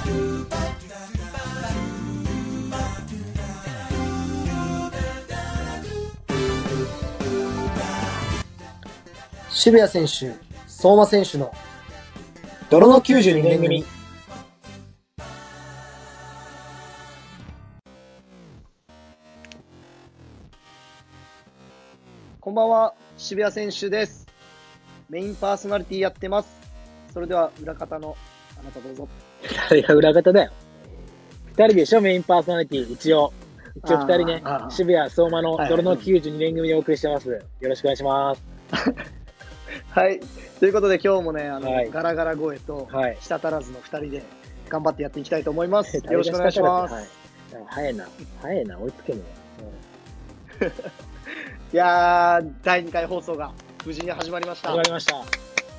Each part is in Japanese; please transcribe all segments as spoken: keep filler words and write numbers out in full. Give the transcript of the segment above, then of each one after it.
渋谷選手、相馬選手の泥のきゅうじゅうにねん組。こんばんは、渋谷選手です。メインパーソナリティやってます。それでは裏方のあなたどうぞ。 誰が裏方だよ。二人でしょ、メインパーソナリティ。一応。一応二人ね、渋谷相馬の泥のきゅうじゅうにねん組でお送りしてます。よろしくお願いします。 はい、ということで今日もね、あの、 はい、 ガラガラ声と舌足らずのふたりで頑張ってやっていきたいと思います。 はい、 よろしくお願いします。 はい、早いな、早いな、追いつけねえ。 いやー、だいにかい放送が無事に始まりました。 始まりました。いや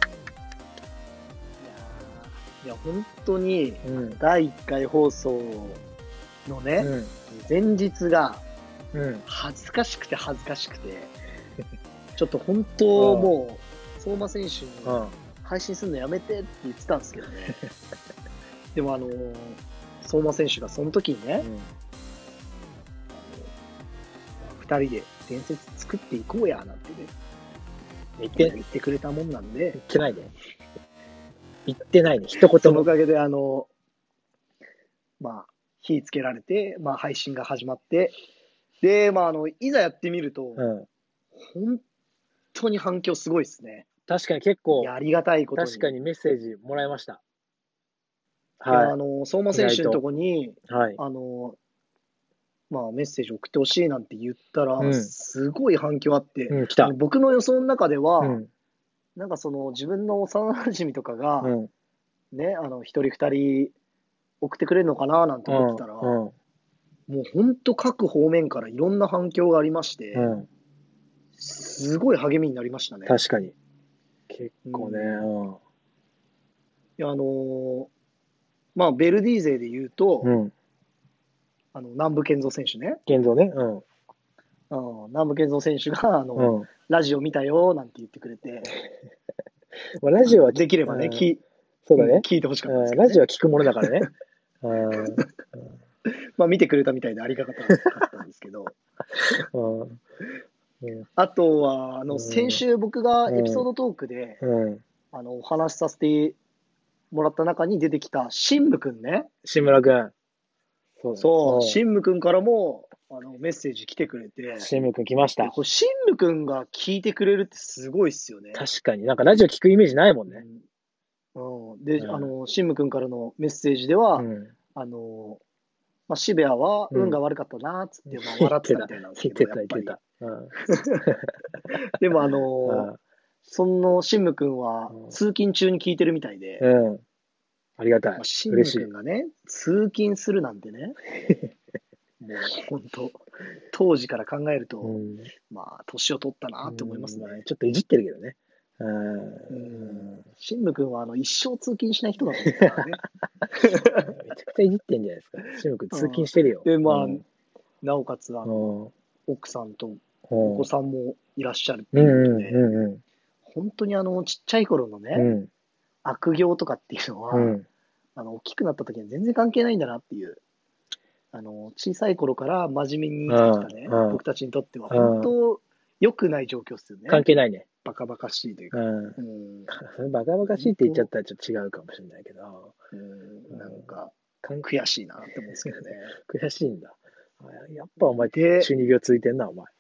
ー、いや本当にだいいっかい放送のね、うん、前日が恥ずかしくて恥ずかしくて、ちょっと本当もう相馬選手に配信するのやめてって言ってたんですけどね。でもあのー、相馬選手がその時にね、うん、ふたりで伝説作っていこうやなんてね言って言ってくれたもんなんで。 言ってないね。言ってないね。一言も。 そのおかげであのまあ火つけられて、まあ配信が始まって、でまああのいざやってみると、うん、本当に反響すごいですね。 確かに結構ありがたいことに確かにメッセージもらいました。 はい、いやあの相馬選手のとこに、 はい、 あのまあメッセージ送ってほしいなんて言ったら、うん、すごい反響あって、うん、来た。僕の予想の中では、うん、なんかその自分の幼馴染とかが、うん、ねあの一人二人送ってくれるのかななんて思ってたら、うんうん、もう本当各方面からいろんな反響がありまして、うん、すごい励みになりましたね。 確かに。結構ね。うん、 いやあのー、まあベルディ勢で言うと、うん、あの南部健三選手ね。 健三ね。うん。 うん、南部健三選手があの、うん、ラジオ見たよなんて言ってくれて、 まあ、ラジオはできればね、きそうだね、 聞いてほしかったですけど、ね、 ラジオは聞くものだからね。 まあ見てくれたみたいでありがたかったんですけど。うんあとはあの、うん、先週僕がエピソードトークで、うん、あのお話しさせてもらった中に出てきたシンムくんね。 シンムラくん。 そう、そう、シンムくんからもあのメッセージ来てくれて。 シンムくん来ました。 これシンムくんが聞いてくれるってすごいっすよね。 確かになんかラジオ聞くイメージないもんね。 うんうん、で、うん、あのシンムくんからのメッセージでは、うん、あのまあ、渋谷は運が悪かったなっつって、うん、まあ、笑ってたみたいなんですけど、やっぱり。うん、でもあのーうん、そのシンムくんは通勤中に聞いてるみたいで、 うん、ありがたい。まあ、 シンムくんがね、通勤するなんてね、もう本当、当時から考えると、うん、まあ、年を取ったなって思いますね、 うん。ちょっといじってるけどね。 うん、シンムくんはあの一生通勤しない人だと思ったからね。 めちゃくちゃいじってんじゃないですか。シンムくん通勤してるよ。 で、まあ、うん、なおかつあの、奥さんとお子さんもいらっしゃるっていうことで、うんうんうん、本当にあのちっちゃい頃のね、うん、悪行とかっていうのは、うん、あの大きくなった時には全然関係ないんだなっていう、あの小さい頃から真面目に生きてきたね、うん、僕たちにとっては本当良くない状況ですよね。 関係ないね。 バカバカしいというか、 うんうん、バカバカしいって言っちゃったらちょっと違うかもしれないけど、 うん、なんか悔しいなって思うんですけどね。 悔しいんだ。やっぱお前中二病ついてんなお前。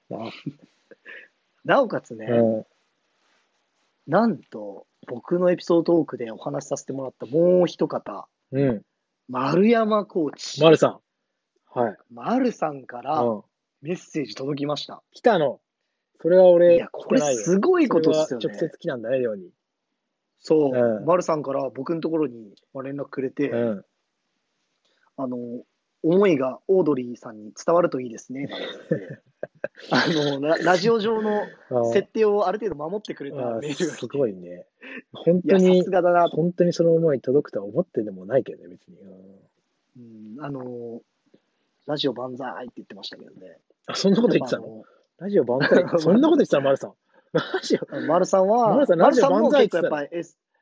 なおかつね、うん、なんと僕のエピソードトークでお話しさせてもらったもう一方、うん、丸山コーチ。 丸さん。はい。 丸さんからメッセージ届きました。 来たの。それは俺、 いや、これすごいことですよね。 直接来たんだね、寮に。 そう、うん、丸さんから僕のところに連絡くれて、うん、あの、思いがオードリーさんに伝わるといいですね。あのラ、ラジオ上の設定をある程度守ってくれたメールが来て。 すごいね。本当に、さすがだなと。本当にその思い届くとは思ってでもないけどね、別に。 うん、あの、ラジオ万歳って言ってましたけどね。 あ、そんなこと言ってたの？ラジオ万歳そんなこと言ってたの、丸さん。 ラジオ。丸さんは、 丸さん、ラジオ万歳って言ってたの？ やっぱり、S、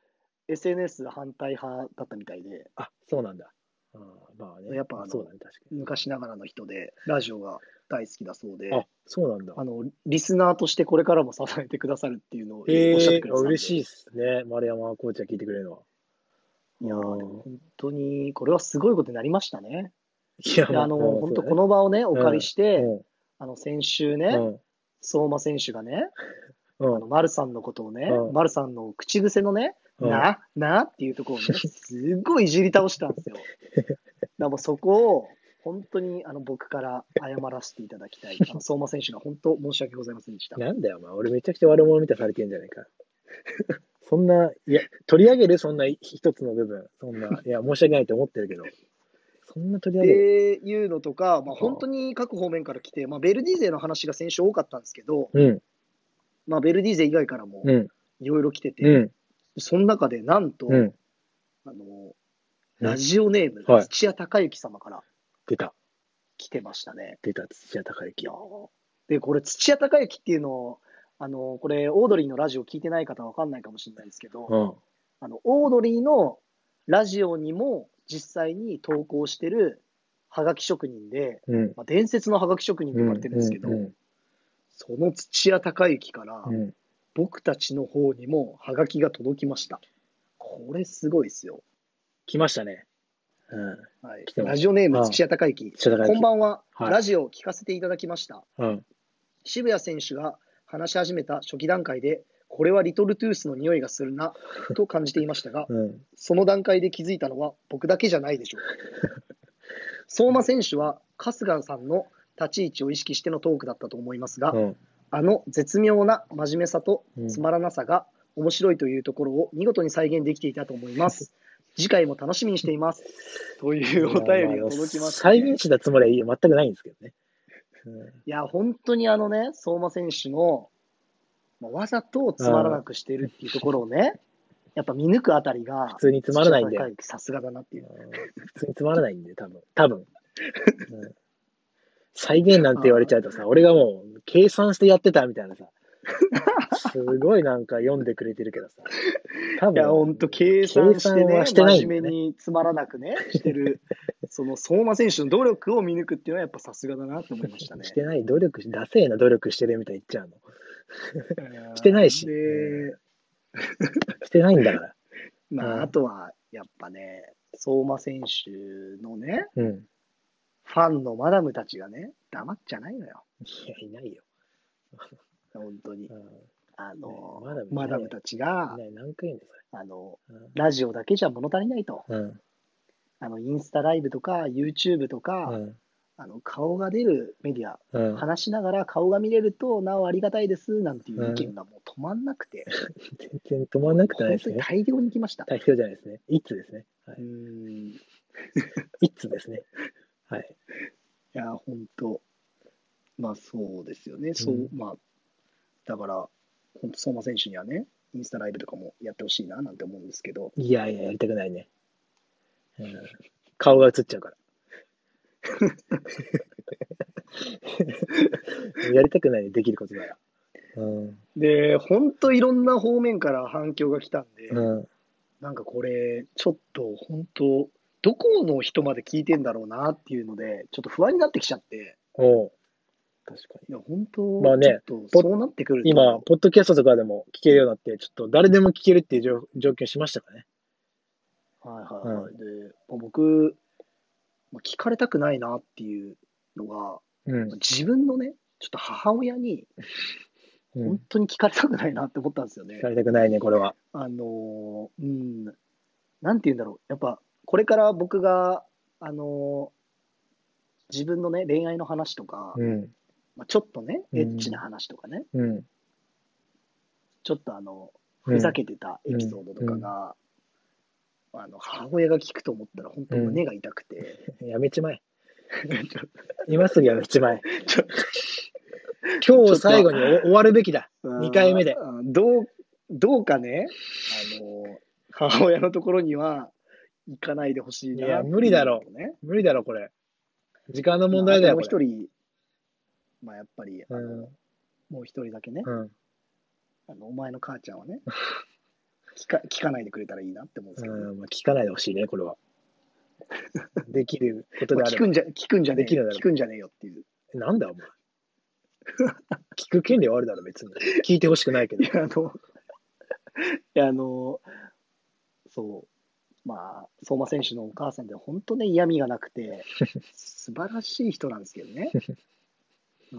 エスエヌエス 反対派だったみたいで。 あ、そうなんだ。あまあね。 やっぱあの、 そうだね、確かに。 昔ながらの人で、ラジオが大好きだそうで。 あ、そうなんだ。 あの、リスナーとしてこれからも支えてくださるっていうのをおっしゃってええー、 くれてたんで。 嬉しいっすね。丸山コーチが聞いてくれるのは。 いやー、でも本当に、これはすごいことになりましたね。 いや、 で、 まあ、 あの、 まあ、 本当こそうだね。 の場をね、お借りして、 うん、 あの、先週ね、 うん、 相馬選手がね、 うん、 あの、丸さんのことをね、 うん、 丸さんの口癖のね、 うん。 な、なっていうところをね、すっごいいじり倒したんですよ。だからもうそこを、本当にあの僕から謝らせていただきたい。あの相馬選手が本当申し訳ございませんでした。 なんだよ、お前。俺めちゃくちゃ悪者みたいされてんじゃないか。そんな、いや、取り上げるそんな一つの部分。そんな、いや、申し訳ないと思ってるけど。そんな取りって上げる。 いうのとか、まあ、本当に各方面から来て、まあ、ベルディ勢の話が先週多かったんですけど、 うん、 まあ、ベルディ勢以外からもうん、 いろいろ来てて、 うん、 その中でなんと、 うん。 あの、ラジオネーム、 はい。 土屋隆之様から出た。 来てましたね。 出た、土屋隆之。 で、これ土屋隆之っていうのを、あの、これ、オードリーのラジオ聞いてない方はわかんないかもしれないですけど、 うん。 あの、オードリーのラジオにも実際に投稿してるハガキ職人で、 うん。 まあ、伝説のハガキ職人とうん。 言われてるんですけど、 うん。 その土屋隆之からうん。 僕たちの方にもハガキが届きました。これすごいですよ。 来ましたね。うん。 はい、 来てます。 ラジオネームああ土屋隆之。 土屋隆之こんばんは、 はいラジオを聞かせていただきました。 うん。 渋谷選手が話し始めた初期段階で、これはリトルトゥースの匂いがするなと感じていましたが、 うん。 その段階で気づいたのは僕だけじゃないでしょう。相馬選手は春日さんの立ち位置を意識してのトークだったと思いますが、 うん。 あの絶妙な真面目さとうんつまらなさが面白いというところを見事に再現できていたと思います。次回も楽しみにしています。というお便りが届きました、ね。 再現したつもりは全くないんですけどね。 うん、いや、本当にあのね、相馬選手の、まあ、わざとつまらなくしているっていうところをね、やっぱ見抜くあたりが、 普通につまらないんで。 さすがだなっていう。 普通につまらないんで、多分。多分。うん、再現なんて言われちゃうとさ、俺がもう計算してやってたみたいなさ、すごいなんか読んでくれてるけどさ。多分。 いや、ほんと計算してね、 してない真面目につまらなくね、してる、その相馬選手の努力を見抜くっていうのはやっぱさすがだなと思いましたね。 してない、努力し、ダセーな努力してるみたいに言っちゃうの。してないし。してないんだから。 まあ、あとは、やっぱね、相馬選手のね、 うん、 ファンのマダムたちがね、黙っちゃないのよ。 いや、いないよ。 本当に。うん、あの、 ね、 マダムたちが、 ね、何回言うんだあの、うん、ラジオだけじゃ物足りないと。 うん、 あの、インスタライブとか、YouTube とか、うん、あの顔が出るメディア、うん、話しながら顔が見れると、なおありがたいです、なんていう意見がもう止まんなくて。 うん、全然止まんなくてないですね。 本当に大量に来ました。 大量じゃないですね。一通ですね。はい、 うん一通ですね。はい。 いや、本当まあそうですよね。そう、うん、まあ、だから、本当相馬選手にはね、インスタライブとかもやってほしいななんて思うんですけど。 いやいや、やりたくないね。うん、顔が映っちゃうから。やりたくないね、できることなら。うん、 で、本当いろんな方面から反響が来たんで、 うん、なんかこれ、ちょっと本当、どこの人まで聞いてんだろうなっていうので、ちょっと不安になってきちゃって。 お確かに。 いや、本当、 まあね、 ちょっとそうなってくると。 今、ポッドキャストとかでも聞けるようになって、ちょっと誰でも聞けるっていう状況しましたかね。 はいはいはい。うん、で、僕、聞かれたくないなっていうのが、うん、自分のね、ちょっと母親に、本当に聞かれたくないなって思ったんですよね。 聞かれたくないね、これは。 あの、うん、なんて言うんだろう。やっぱ、これから僕が、あの、自分のね、恋愛の話とか、うんまあ、ちょっとね、エッチな話とかね、うん、ちょっとあの、ふざけてたエピソードとかが、うんうん、あの母親が聞くと思ったら、本当胸が痛くて。 うん、やめちまえ。今すぐやめちまえ。今日最後に終わるべきだ。にかいめで。 どう、どうかね、あの、母親のところには行かないでほしいな、ね。いや、 無理だろう。無理だろ、これ。時間の問題だよ。 もう一人、まあやっぱり、あの、うん、もう一人だけね、うん、あの、お前の母ちゃんはね、 聞か聞かないでくれたらいいなって思うんですけど、ね、 うん、まあ、聞かないでほしいね、これは。できることであれば。 聞くんじゃ、聞くんじゃねえよ。聞くんじゃねねえよっていう。 なんだお前。聞く権利はあるだろ、別に。聞いてほしくないけど。 いや、あの、いや、あの、そう、まあ、相馬選手のお母さんって本当ね、嫌味がなくて、素晴らしい人なんですけどね。うん、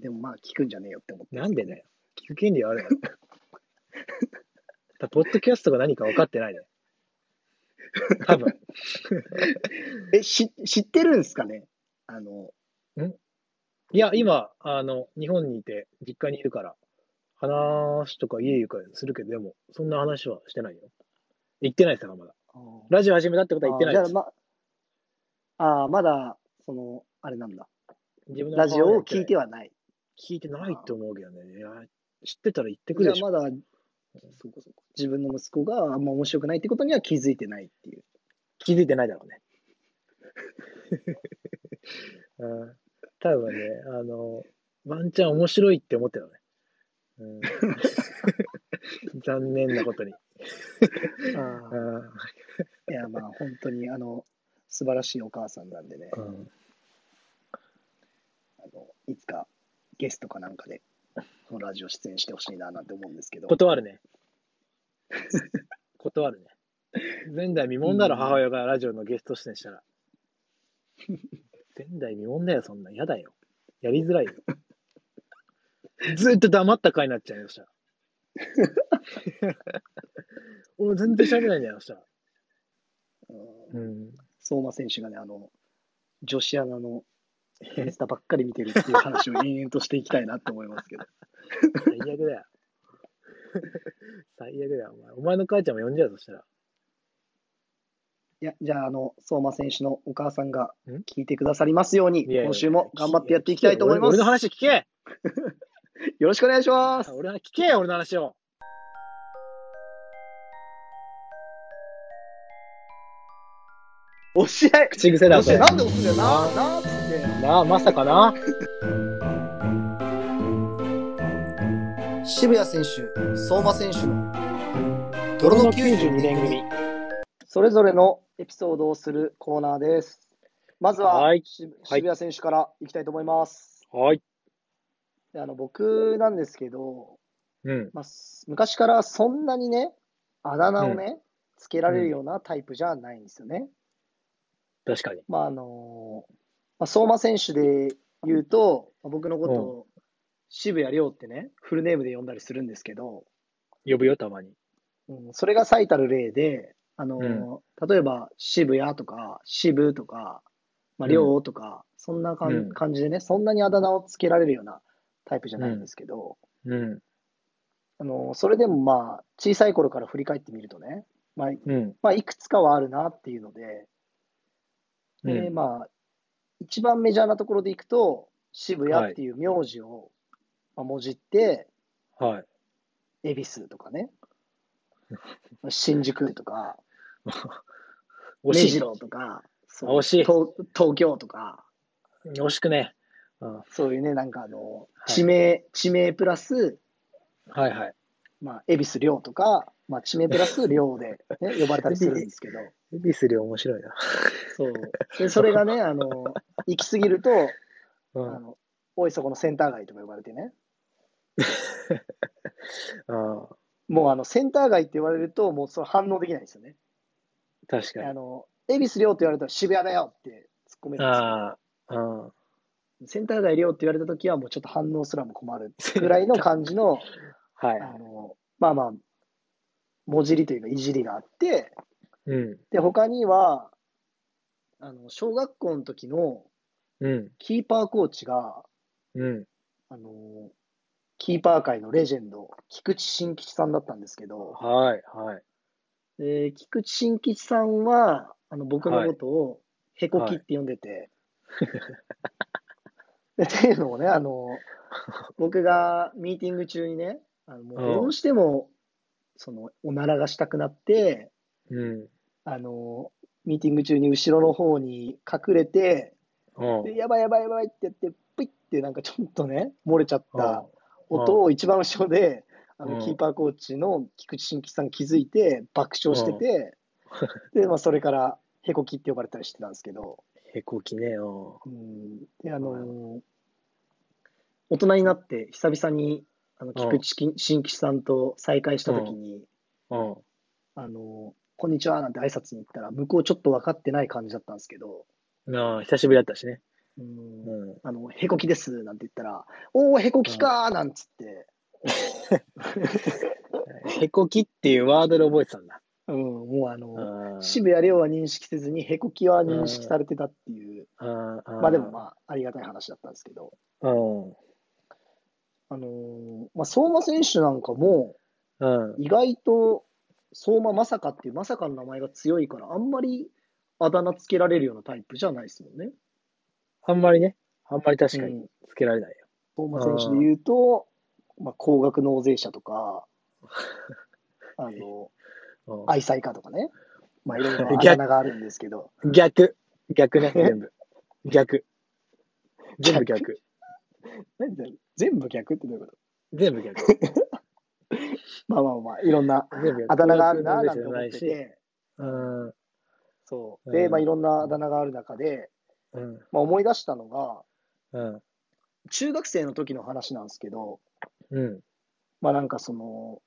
でもまあ、聞くんじゃねえよって思って、 ね。なんでだよ。聞く権利はあるだろ。ポッドキャストが何か分かってないね。多分。 え、し、知ってるんですかねあの、 んいや、今、あの、日本にいて、実家にいるから、話とか家行くかするけど、でも、そんな話はしてないよ。言ってないですから、まだ。ラジオ始めたってことは言ってあじゃあ、 ないです。 ま、あまだ、その、あれなんだ。 自分のラジオを聞母親は言ってない。 いてはない。 聞いてないと思うけどね。いや、知ってたら言ってくるでしょ。 じゃあまだ、そうかそうか。自分の息子があんま面白くないってことには気づいてないっていう。 気づいてないだろうね。うん、多分ね、あの、ワンチャン面白いって思ってたね。うん、残念なことに。 あいや、まあ本当に、あの、素晴らしいお母さんなんでね、 うん、 あの、いつかゲストかなんかで、このラジオ出演してほしいななんて思うんですけど。 断るね。断るね。前代未聞だろ、母親がラジオのゲスト出演したら。前代未聞だよ、そんなん。嫌だよ。やりづらいよ。ずっと黙った回になっちゃうよ、そしたら。俺全然喋れないんだよ、そしたら。うん。 相馬選手がね、あの、女子アナのインスタばっかり見てるっていう話を延々としていきたいなって思いますけど。 最悪だよ。最悪だよ、お前。お前の母ちゃんも呼んじゃう、そしたら。 いや、じゃあ、あの、相馬選手のお母さんが聞いてくださりますように、 いやいや今週も頑張ってやっていきたいと思います。 俺の話聞けよろしくお願いします。 俺の聞けよ、俺の話を。 押し合い。 口癖だ、 それ。なんで押すんだよな、なーって。 なあ、まさかな。 渋谷選手、相馬選手の泥のきゅうじゅうにねん組。それぞれのエピソードをするコーナーです。まずは、はい、渋谷選手からいきたいと思います。 はい。 であの僕なんですけど、 うんまあ、昔からそんなにね、あだ名をね、うん、つけられるようなタイプじゃないんですよね。 確かに。 まああのまあ、相馬選手で言うと、まあ、僕のことを渋谷亮ってね、フルネームで呼んだりするんですけど、 呼ぶよ、たまに。 うん、それが最たる例で、あの、うん、例えば渋谷とか渋とか、まあ、亮とか、うん、そんなかん、うん、感じでね、そんなにあだ名をつけられるようなタイプじゃないんですけど、 うんうん、 あのそれでもまあ、小さい頃から振り返ってみるとね、まあ、うん、まあ、いくつかはあるなっていうので、で、うん、まあ、一番メジャーなところでいくと、渋谷っていう名字をもじって、 はい。 恵比寿とかね、新宿とか、目白とか、 惜しい。 東、東京とか、 惜しくね。 うん、そういうね、なんかあの、地名、はい、地名プラス、 はいはい。 まあ、恵比寿亮とか、まあ、地名プラス亮で、ね、呼ばれたりするんですけど。 恵比寿亮面白いな。 そう。で、それがね、あの、行き過ぎると、うん、あの、おいそこのセンター街とか呼ばれてね。あもうあの、センター街って言われると、もうそれ反応できないですよね。 確かに。 あの、恵比寿亮って言われたら渋谷だよって突っ込めるんですけど。ああ。センター街亮って言われたときはもうちょっと反応すらも困るぐらいの感じの、はい。あの、まあまあ、もじりというかいじりがあって、うん、で、他には、あの、小学校の時の、キーパーコーチが、うん、あの、キーパー界のレジェンド、菊池新吉さんだったんですけど、 はい、はい。 で、菊池新吉さんは、あの、僕のことを、へこきって呼んでて、はい、っていうのもね、あの、僕がミーティング中にね、あのもうどうしても、その、おならがしたくなって、うん、あの、ミーティング中に後ろの方に隠れて、でやばいやばいやばいって言って、プイってなんかちょっとね、漏れちゃった音を一番後ろで、 あの、キーパーコーチの菊池真希さん気づいて爆笑してて、で、まあ、それから、へこきって呼ばれたりしてたんですけど。 へこきね、 うん。で、あのー、大人になって久々に、あの、菊池真希さんと再会したときに、 うんうん、 あの、こんにちはなんて挨拶に行ったら、向こうちょっと分かってない感じだったんですけど、 ああ、久しぶりだったしね。 うん、 うん、 あの、へこきですなんて言ったら、おー、へこきかーなんつって。 へこきっていうワードで覚えてたんだ。 うん、もうあの、渋谷亮は認識せずに、へこきは認識されてたっていう、 ああ、 まあでもまあ、ありがたい話だったんですけど、 うん、 あのーまあ、相馬選手なんかも、 うん、 意外と、相馬まさかっていうまさかの名前が強いから、あんまりあだ名つけられるようなタイプじゃないですもんね。 あんまりね、あんまり確かにうん。 つけられないよ。 相馬選手で言うと、まあ、高額納税者とか、あの、 うん、 愛妻家とかね。まあ、いろいろあだ逆、 名があるんですけど。 逆、逆ね、全部。逆。全部逆逆。 何だよ全部逆ってどういうこと？ 全部逆。 まあまあまあ、いろんな全部逆。 あだ名があ高額るなぁ納税者じゃなんて思っないし、 てて、 ううん、 ん、 そう。で、まあ、いうん、 ろんなあだ名がある中で、 うん、 まあ、思い出したのが、 うん、 中学生の時の話なんですけど、 うん、 まあなんかその、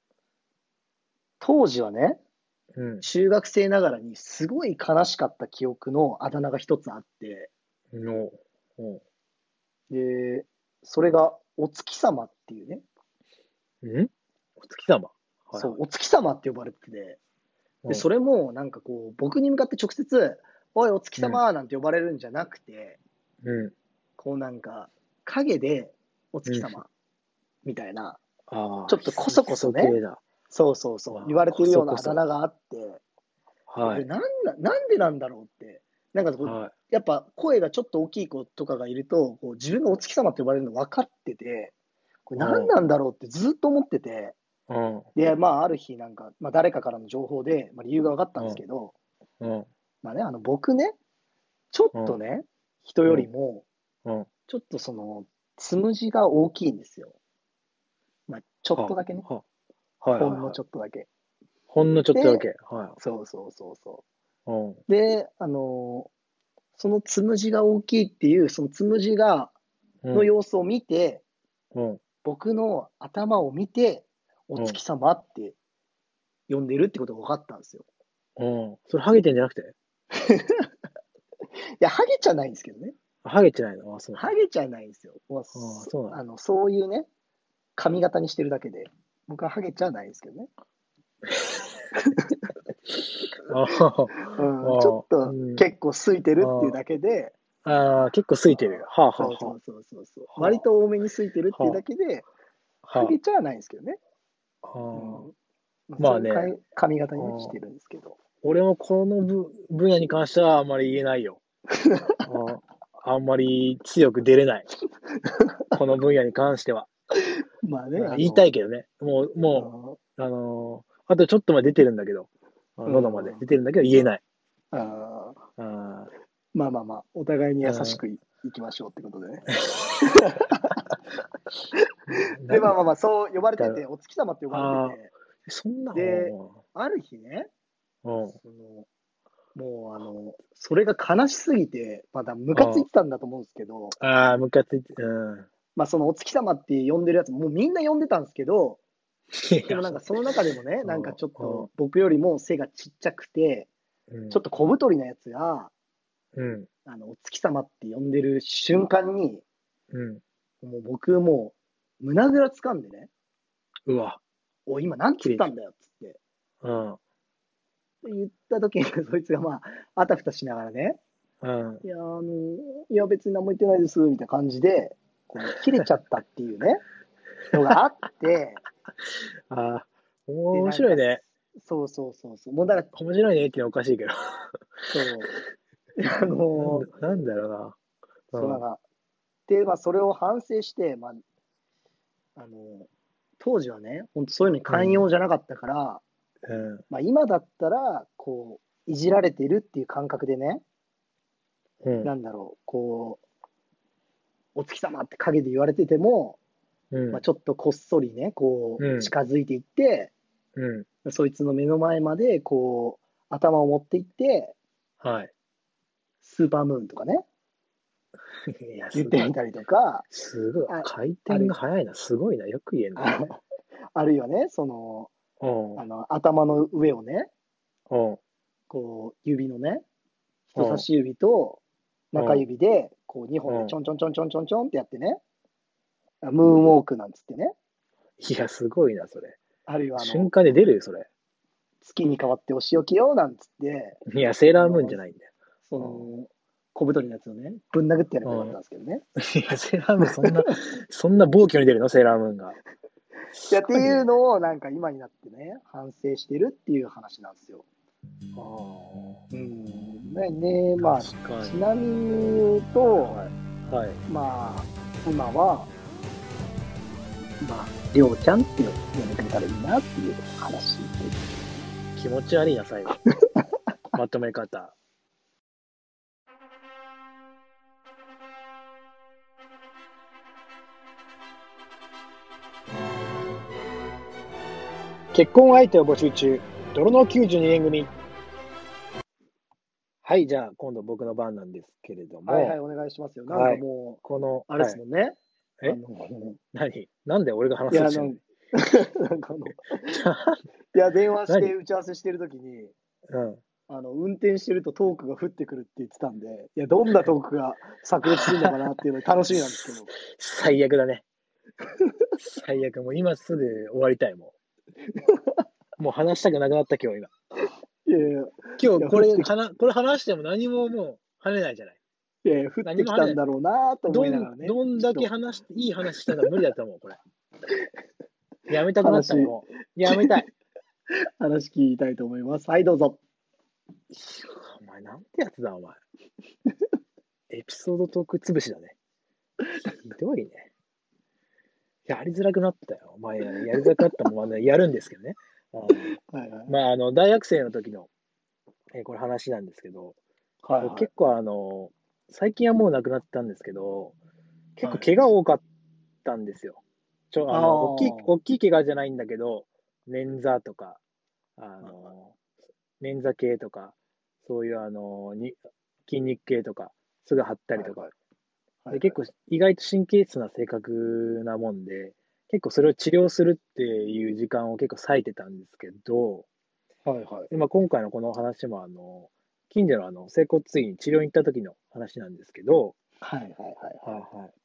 当時はね、 うん、 中学生ながらにすごい悲しかった記憶のあだ名が一つあって、 の、うで、それがお月様っていうね、 ん。んお月様。はいそう、 はお月様って呼ばれてて、 い。 で、 うん、 それもなんかこう、僕に向かって直接、おい、お月うん、 様なんて呼ばれるんじゃなくて、 うん、 こうなんか、影でおうん。 月様みたいな、 ああ、 ちょっとこそこひそそね、 系だ。 そうそうそう、言ああ、こわれてるようなあだそこそ。 名があって、で、こはい。 れなんな、なんでなんだろうって、なんかこう、 はやっぱ声がちょっと大きい子とかがいると、こう自分がお月様って呼ばれるの分かってて、こい。 れ何なんだろうってずっと思ってて、 うん、うん、 で、まあ、ある日なんか、まあ、誰かからの情報で、まあ、理由が分かったんですけど、 うん、 まあね、あの、僕ね、ちょっうん、 とね、人ようん、 りも、 うん。 ちょっとその、つむじが大きいんですよ。まあ、ちょっとは、 だけね。 は、はいほんのはいはい。 ちょっとだけ。 ほんのちょっとだで、 け。はそうそうそうそい。うん、 う。で、あのそのつむじが大きいっていう、そのつむじが、のうん、 様子を見て、 うん、 僕の頭を見て、おうん、 月様って呼んでるってことが分かったんですよ。 うん。それハゲてんじゃなくて？ いや、ハゲちゃないんですけどね。 ハゲてないの？あ、そうハゲちゃないんですよ。もうなの。ああ、そうなの。 あの、そういうね、髪型にしてるだけで、僕はハゲちゃないんですけどね。 ああ、 うん、ちょっああ、うとん、 結構空いてるっていうだけで、 ああ、あ結構空いてるよ。はあ、はあ、はそうそうそうそうそう。 あ、は割と多めに空いてるっていうだあ、 けで、 はあ、はハゲちゃはないんですけどね。 あ、 うはあ。 ん。まあ、そういうかまあね、 い髪型あにね、しあ、 てるんですけど。 俺もこの分分野に関してはあんまり言えないよ。ああ、あんまり強く出れない。この分野に関しては。 まあね、 あ言いたあの、 いけどね。もう、もあう、あのーあとちょっとまで出てるんだけど、あう喉までん、 出てるんだけど言えない。 ああまあまあまあ、お互いに優しーくい、いきましょうってことでね。 うんで、 なんまあまあまあ、そう呼ばれてて、 だろう。 お月様って呼ばれてああ、 て、 そんな、 で、 うある日ね、 ん、うん、 その、もうあの、それが悲しすぎて、まだムカついうん。 てたんだと思うんですけど、 ああ、ムカついて、うん。 まあそのお月様って呼んでるやつ、もうみんな呼んでたんですけど、 いや、 でもなんかその中でもね、 うん、 なんかちょっうん、 と僕よりも背がちっちゃくて、 うん、 ちょっと小太りなやつが、 うん、 あの、お月様って呼んでる瞬間に、 うん。 もう僕もう胸ぐら掴んでね、 うわ、 おい、今なんつ切れてる。 ったんだよっつって。 うん、 言った時にそいつがまあ、あたふたしながらね、 うん。 いや、あの、いや別に何も言ってないです、みたいな感じで、この切れちゃったっていうね、のがあって、 ああ、 で、なんか、 面白いね。 そうそうそうそう、もうだから、 面白いねっていうのはおかしいけど。 そう、あなんだ、 の、 なんだろうな。 そうなんか、で、まあそれを反省して、まあ、あの、当時はね、本当そういうのにうん、 寛容じゃなかったから、 うん、 まあ今だったら、こう、いじられてるっていう感覚でね、 うん、 なんだろう、こう、お月様って陰で言われてても、 うん、 まあ、ちょっとこっそりね、こう、近づいていって、 うん、 そいつの目の前まで、こう、頭を持っていって、 はい。 スーパームーンとかね、 いや、 言っすごい。 てみたりとか、 すごい。 あ、 回ある、 転が速いな。すごいな。よく言えんな、それ。 ああるいはね、その、 うん、 あの、頭の上をね、 うん、 こう、指のね、 うん、 人差し指と中うん、 指で、こう、にほんでちうん。 ょんちょんちょんちょんちょんちょんってやってね、ムーンウォークなんつってね、 いや、すごいな、それ。 あるいはあの、 瞬間で出るよ、それ。 月に代わってお仕置きよ、なんつって、 いや、セーラームーンあの、 じゃないんだよ。 その、小太りのやつをね、ぶん殴ってやればよかっうん。うん。 たんですけどね。 いや、セーラームーン、そんな、そんな暴挙に出るの、セーラームーンが。 いや、 すっていうごいね。 のをなんか今になってね、反省してるっていう話なんですよ。 ああ、 うん。ね、ねまあ、 確かに。 ちなみに言うと、 はい。はい。 まあ、今は、まあ、りょうちゃんって呼んでくれたらいいなっていう話で気持ち悪いな、最後。まとめ方。結婚相手を募集中。泥のきゅうじゅうにねん組。はい、じゃあ、今度僕の番なんですけれどはいはい、 も。 お願いしますよ。なんかはい。 もう、 この、 あれではい。 すもんね。あえの、 何なんで俺が話いや、 そうとしてんのに。 なんなんかあの、いや、電話して何打ち合わせしてるときに、 うん。 あの、運転してるとトークが降ってくるって言ってたんで、いや、どんなトークが炸裂するのかなっていうのが楽しみなんですけど。 最悪だね。最悪。もう今すぐ終わりたい、もう。もう話したくなくなった、今日今。 いやいや、いや、 今日これ、 降ってき、 はな、これ話しても何ももう跳ねないじゃない。 いやいや、降ってき何も跳ねない。 たんだろうなと思どん、 いながらね、 どんだけきっと話して、いい話したの無理だと思う、これ。やめたくなったね、 話、 もう。やめたい。 話聞きたいと思います。はい、どうぞ。 お前、なんてやつだ、お前。エピソードトーク潰しだね。ひどいね。やりづらくなったよ。まあ、やりづらくなったもん、ね、やるんですけどね。あはいはい。 まあ、あの、大学生の時の、えーこれ話なんですけど、 はいはい。 僕結構あの、最近はもうなくなったんですけど、結構はい。 怪我多かったんですよ。ちょ、 ああの、大きい、 あ、 大きい怪我じゃないんだけど、捻挫とか、あの、捻挫系とか、そういうあの、に筋肉系とか、すぐ張ったりとか。 はいはい。はいで、 はい。 結構意外と神経質な性格なもんで、結構それを治療するっていう時間を結構割いてたんですけど、 はいはい。 でまあ、今回のこの話もあの、近所のあの、整骨院に治療に行った時の話なんですけど、 はいはいはいはい。 はいはい。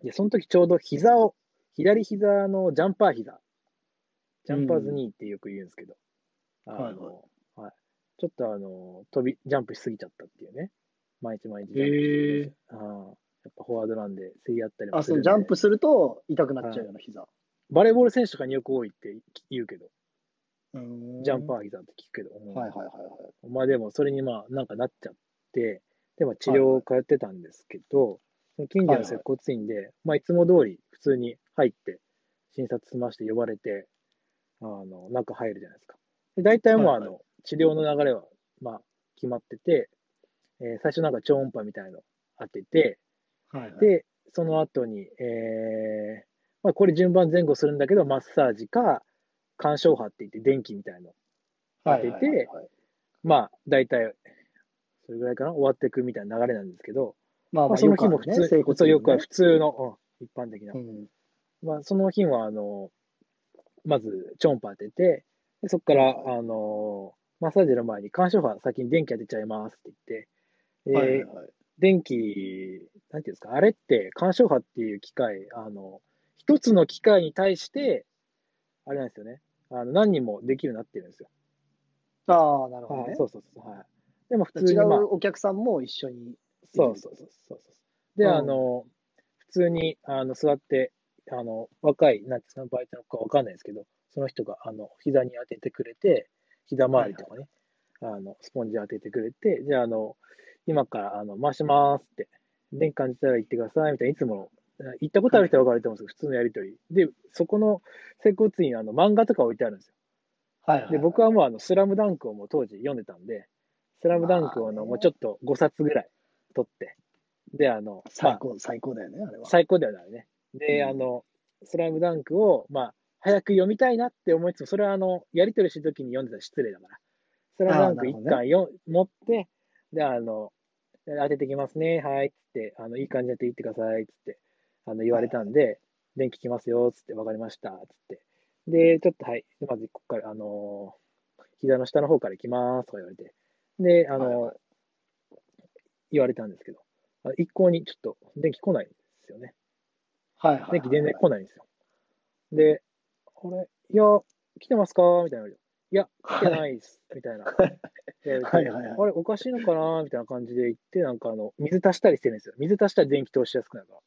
で、その時ちょうど膝を、左膝のジャンパー膝、ジャンパーズうん。 ニーってよく言うんですけど、あはいはの、はい。ちょっとあの、飛び、ジャンプしすぎちゃったっていうね。毎日毎日い。 ジャンプしすぎて、 へえ。 ああ、やっぱフォワードなんで、競り合ったりもあ、そのするんで、 ジャンプすると痛くなっちゃうはい。 ような膝。 バレーボール選手とかによく多いって言うけど、 うージャンん。 パー膝って聞くけど、 はいはいはいはい。 うん、まあでもそれにまあなんかなっちゃって、でも治療はいはい。 を通ってたんですけど、その近所はいはい。 の接骨院で、まあいつも通り普通に入って、診察済まして呼ばれて、あの、中入るじゃないですか。で、大体はいはい。 もうあの、治療の流れは、まあ決まってて、えー最初なんか超音波みたいの当てて、 はいはい。 で、その後に、えー、まあこれ順番前後するんだけど、マッサージか、干渉波って言って電気みたいの当はいはいはいてて、 はい。 まあ大体それぐらいかな終わっていくみたいな流れなんですけど、まあ、 まあまあ、 そのよくあるね、 日も普通、 整骨そう、よくは院のね。 普通の、うん、一般的な。 うん。 まあ、その日は、あの、まず、超音波当てて、でそこから、 はいはい。 あの、マッサージの前に、干渉波先に電気当てちゃいますって言って、で、 はいはいはい。 電気、なんていうんですか、あれって、干渉波っていう機械、あの、一つの機械に対して、あれなんですよね。あの、何人もできるようになってるんですよ。 ああ、なるほどはい、 ね。 そうそうそう。はい。でも普違通に、まあ、 うお客さんも一緒にできそうそうそうるってこと。 そうそう。で、あうん。 の、普通に、あの、座って、あの、若い、なんですか、バイトの子かわかんないですけど、その人が、あの、膝に当ててくれて、膝はいはい。 周りとかね、あの、スポンジ当ててくれて、じゃあ、あの、今から、あの、回しますって、電気感じたら言ってください、みたいな、いつもの、行ったことある人は分かると思うんですけど、普通のやりとり。で、そこの接骨院、あの、漫画とか置いてあるんですよ。で、 はいはいはいはい。 僕はもう、あの、スラムダンクをもう当時読んでたんで、スラムダンまあクを、あの、もうちょね。 っとごさつぐらい取って、で、あの、まあ、 最高、最高だよね、あれは。 最高だよね、あれね。で、あうん。 の、 スラムダンクを、まあ、早く読みたいなって思いつつ、それはあの、やりとりしてるときに読んでたら失礼だから。スラムダンク一巻よ、持って、で、あの、当ててきますね、はい、つって、あの、いい感じでやっていってください、つって、あの、言われたんで、はい、電気来ますよ、つって、わかりました、つって。で、ちょっと、はい、まず、ここから、あのー、膝の下の方から行きます、とか言われて。で、あのーはいはい、言われたんですけど、一向にちょっと電気来ないんですよね。 はいはいはいはい、 電気全然来ないんですよ。で、これ、いや、来てますかみたいな。いや、来てないっす。はい、みたいな。言われて、はいはいはい、あれ、おかしいのかなみたいな感じで言って、なんかあの、水足したりしてるんですよ。水足したら電気通しやすくなるから。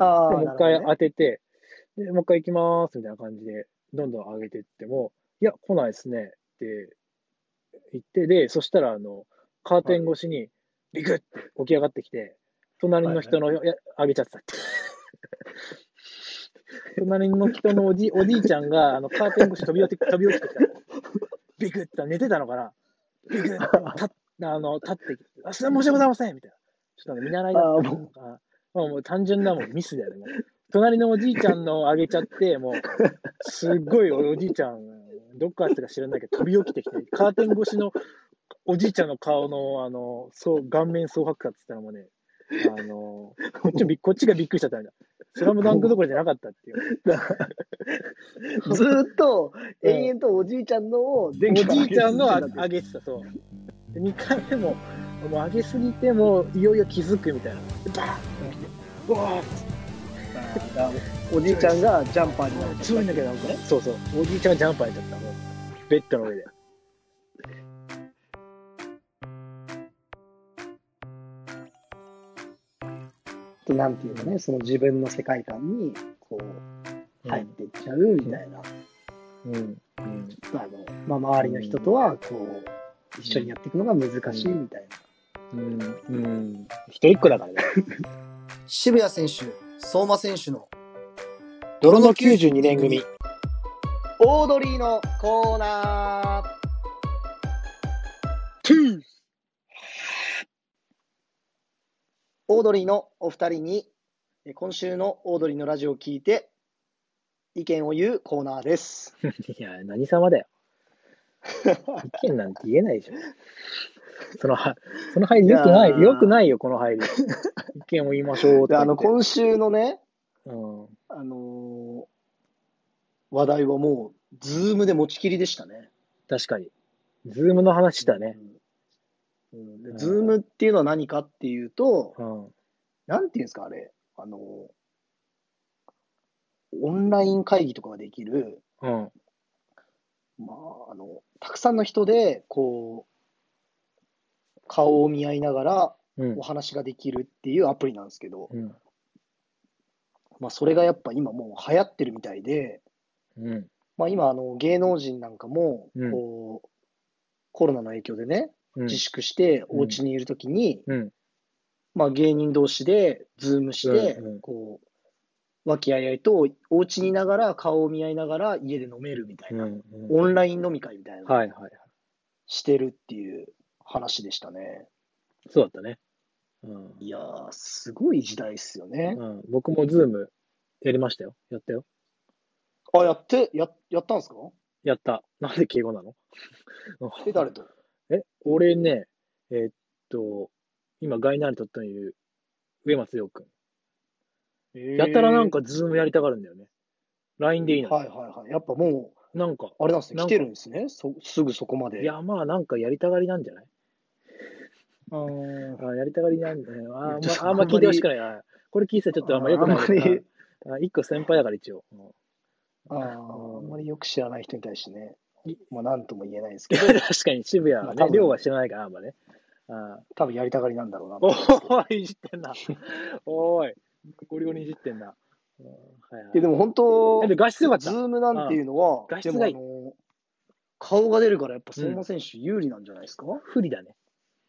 あで、もう一回当てて、ね、で、もう一回行きまーす。みたいな感じで、どんどん上げていっても、いや、来ないっすね。って言って、で、そしたら、あの、カーテン越しに、ビクッて起き上がってきて、隣の人の、はいはい、や上げちゃってたって。隣の人のおじおじいちゃんがあのカーテン越し飛び起き飛び起きてきた。ビクッて寝てたのかな。ビクッてたあの立ってきて、あ、申し訳ございませんみたいな。ちょっと見習いだったのか。もうもう単純なもうミスだよね。もう隣のおじいちゃんの上げちゃって、もうすっごいおじいちゃん、どっからってか知らないけど飛び起きてきて、カーテン越しのおじいちゃんの顔のあのそう顔面蒼白化って言ったらもうね。あのこっちびこっちがびっくりしちゃったんだ。スラムダンクどころじゃなかったっていう。 ずーっと、延々とおじいちゃんのを電気からおじいちゃんの上げてた、そう。にかいめも、もう上げすぎて、もいよいよ気づくみたいな。バーンって起きて、うわーおじいちゃんがジャンパーになっちゃった。 強いんだけど、なんかね。そうそう。おじいちゃんがジャンパーになっちゃった。もう、ベッドの上で。 なんていうかね、その自分の世界観に、こう、入っていっちゃうみたいな。うん。うん。あの、まあ、周りの人とは、こう、一緒にやっていくのが難しいみたいな。うん。 うん。うん、一人っ子だからね。 渋谷選手、相馬選手の泥のきゅうじゅうにねん組。 オードリーのコーナー。オードリーのお二人に今週のオードリーのラジオを聞いて意見を言うコーナーです。 いや、何様だよ。意見なんて言えないでしょ。そのその入りよくない、よくないよ、この入り。意見を言いましょうって。 あの、今週のね、 うん、 あのー、話題はもう、ズームで持ちきりでしたね。 確かに。ズームの話したね。 うんうん、ズームっていうのは何かっていうと、うん、なんていうんですか、あれ。あのー、オンライン会議とかができる、うん、まあ、あの、たくさんの人で、こう、顔を見合いながらお話ができるっていうアプリなんですけど、うん、まあ、それがやっぱ今もう流行ってるみたいで、うん、まあ、今、あの、芸能人なんかも、こう、うん、コロナの影響でね、うん、自粛してお家にいるときに、うん、まあ、芸人同士でズームして、うんうん、こう、和気あいあいとお家にいながら顔を見合いながら家で飲めるみたいな、うんうん、オンライン飲み会みたいなのをしてるっていう話でしたね。 そうだったね。 うん、いやー、すごい時代っすよね。 うん、僕もズームやりましたよ。やったよ。 あ、やって、や、やったんすか？ やった。なんで敬語なの？ え、誰と？ え、俺ね、えー、っと、今、ガイナーにとったのいる上松陽君。やたらなんかズームやりたがるんだよね。ライン でいいの。 はいはいはい。やっぱもう、なんか、 あれなんですね。来てるんですね。そ、すぐそこまで。 いや、まあなんかやりたがりなんじゃない？ああ、やりたがりなんだよ。あんま、あんま聞いてほしくないな。これ聞いてたらちょっとあんま良くない。あ一個先輩だから一応。 ああ、あんまりよく知らない人に対してね。まあなんとも言えないですけど。 確かに渋谷はね、量は知らないから、あんまね。 あ多分やりたがりなんだろうな。 おーい、いじってんな。おーい、ゴリゴリいじってんな。 はいはい、でも本当、 画質よかった。 ズームなんていうのは、 画質がいい。 でもあの、顔が出るからやっぱ相馬選手有利なんじゃないですか？うん、 不利だね。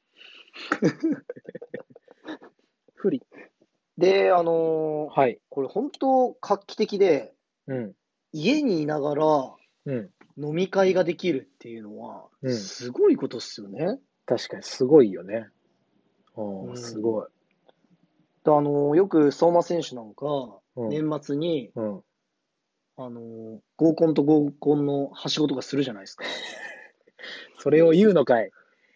不利。 で、あのー、はい、これ本当画期的で、うん、家にいながら飲み会ができるっていうのは、すごいことっすよね。うん、 確かにすごいよね。うん、すごい。 あのー、よく相馬選手なんか、年末に、うん、 あの、合コンと合コンのはしごとかするじゃないですか。 それを言うのかい。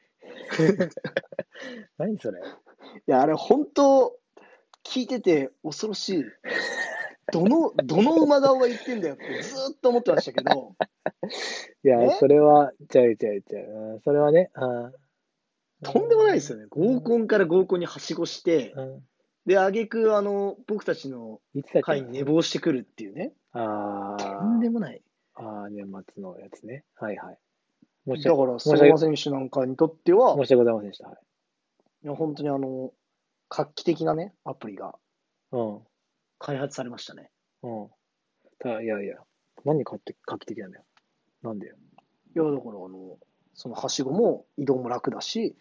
何それ。いや、あれ本当、聞いてて恐ろしい。どの、どの馬顔が言ってんだよってずーっと思ってましたけど。 いや、それは、ちゃうちゃうちゃう。それはね、あとんでもないですよね。合コンから合コンにはしごして、うん、で、あげく、あの、僕たちの会に寝坊してくるっていうね。 ああ。 とんでもない。 ああ、年末のやつね。はいはい。 だから、相馬選手なんかにとっては、 申し訳ございませんでした。はい、 いや、本当にあの、画期的なね、アプリが、 うん。 開発されましたね。 うん。たいやいや、何画期的なんだよ。なんでよ。 いや、だから、あの、そのはしごも移動も楽だし、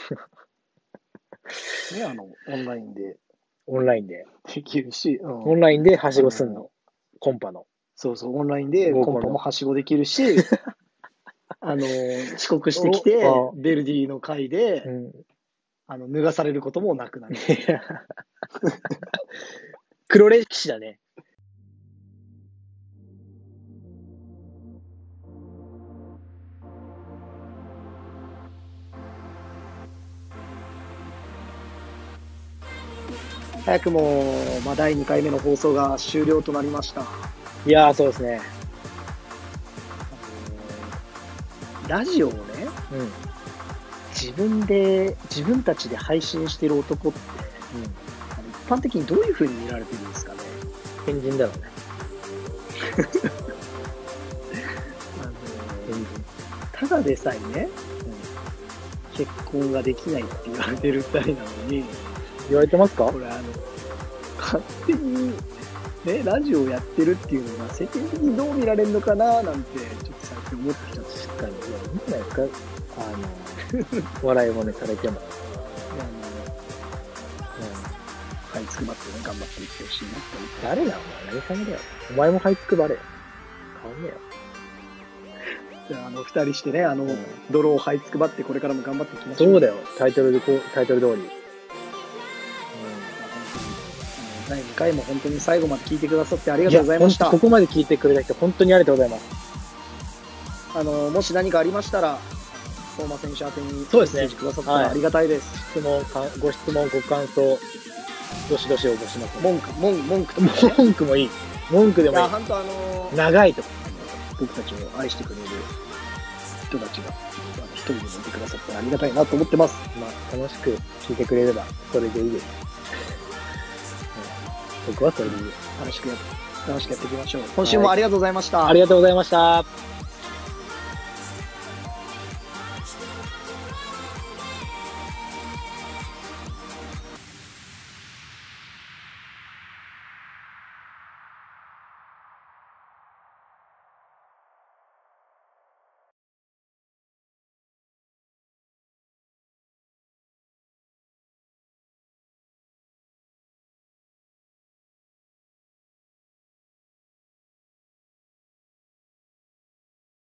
ね、あの、オンラインで。 オンラインで。 できるし、 うん、オンラインではしごすんの。コンパの。 そうそう、オンラインでコンパもはしごできるし、あの、遅刻してきて、ベルディの会で、うん、あの、脱がされることもなくなる。 黒歴史だね。 早くも、まあ、だいにかいめの放送が終了となりました。 いやー、そうですね。 ラジオをね、うん、自分で、自分たちで配信してる男って、うん、一般的にどういう風に見られてるんですかね。 変人だろうね。 あのただでさえね、うん、結婚ができないって言われてるふたりなのに、 言われてますか？ これあの勝手にねラジオをやってるっていうのが世間的にどう見られるのかななんてちょっと最近思ってきたんですよ。 いや、いいんじゃないですか。あの笑いもねされても。あの、 うん、はいつくばってね頑張っていってほしいなって思って。 誰だお前何様だよ。お前もはいつくばれよ。変わんねえよ。 じゃああの二人してねあの、うん、泥をはいつくばってこれからも頑張っていきましょう。 そうだよ。タイトルでこうタイトル通り。 だいにかいも本当に最後まで聞いてくださってありがとうございました。 ここまで聞いてくれた人本当にありがとうございます。 あのもし何かありましたら相馬選手宛てにメッセージくださったらありがたいです。 質問ご質問ご感想どしどし応募します。 文句文文句とか、ね、 文句もいい。文句でもいい。 いや本当あのー、 長いとか僕たちを愛してくれる人たちが一人でもいてくださったらありがたいなと思ってます。 まあ楽しく聞いてくれればそれでいいです。僕はそれでいいです。 楽しくやって楽しくやっていきましょう。今週もありがとうございました。 ありがとうございました。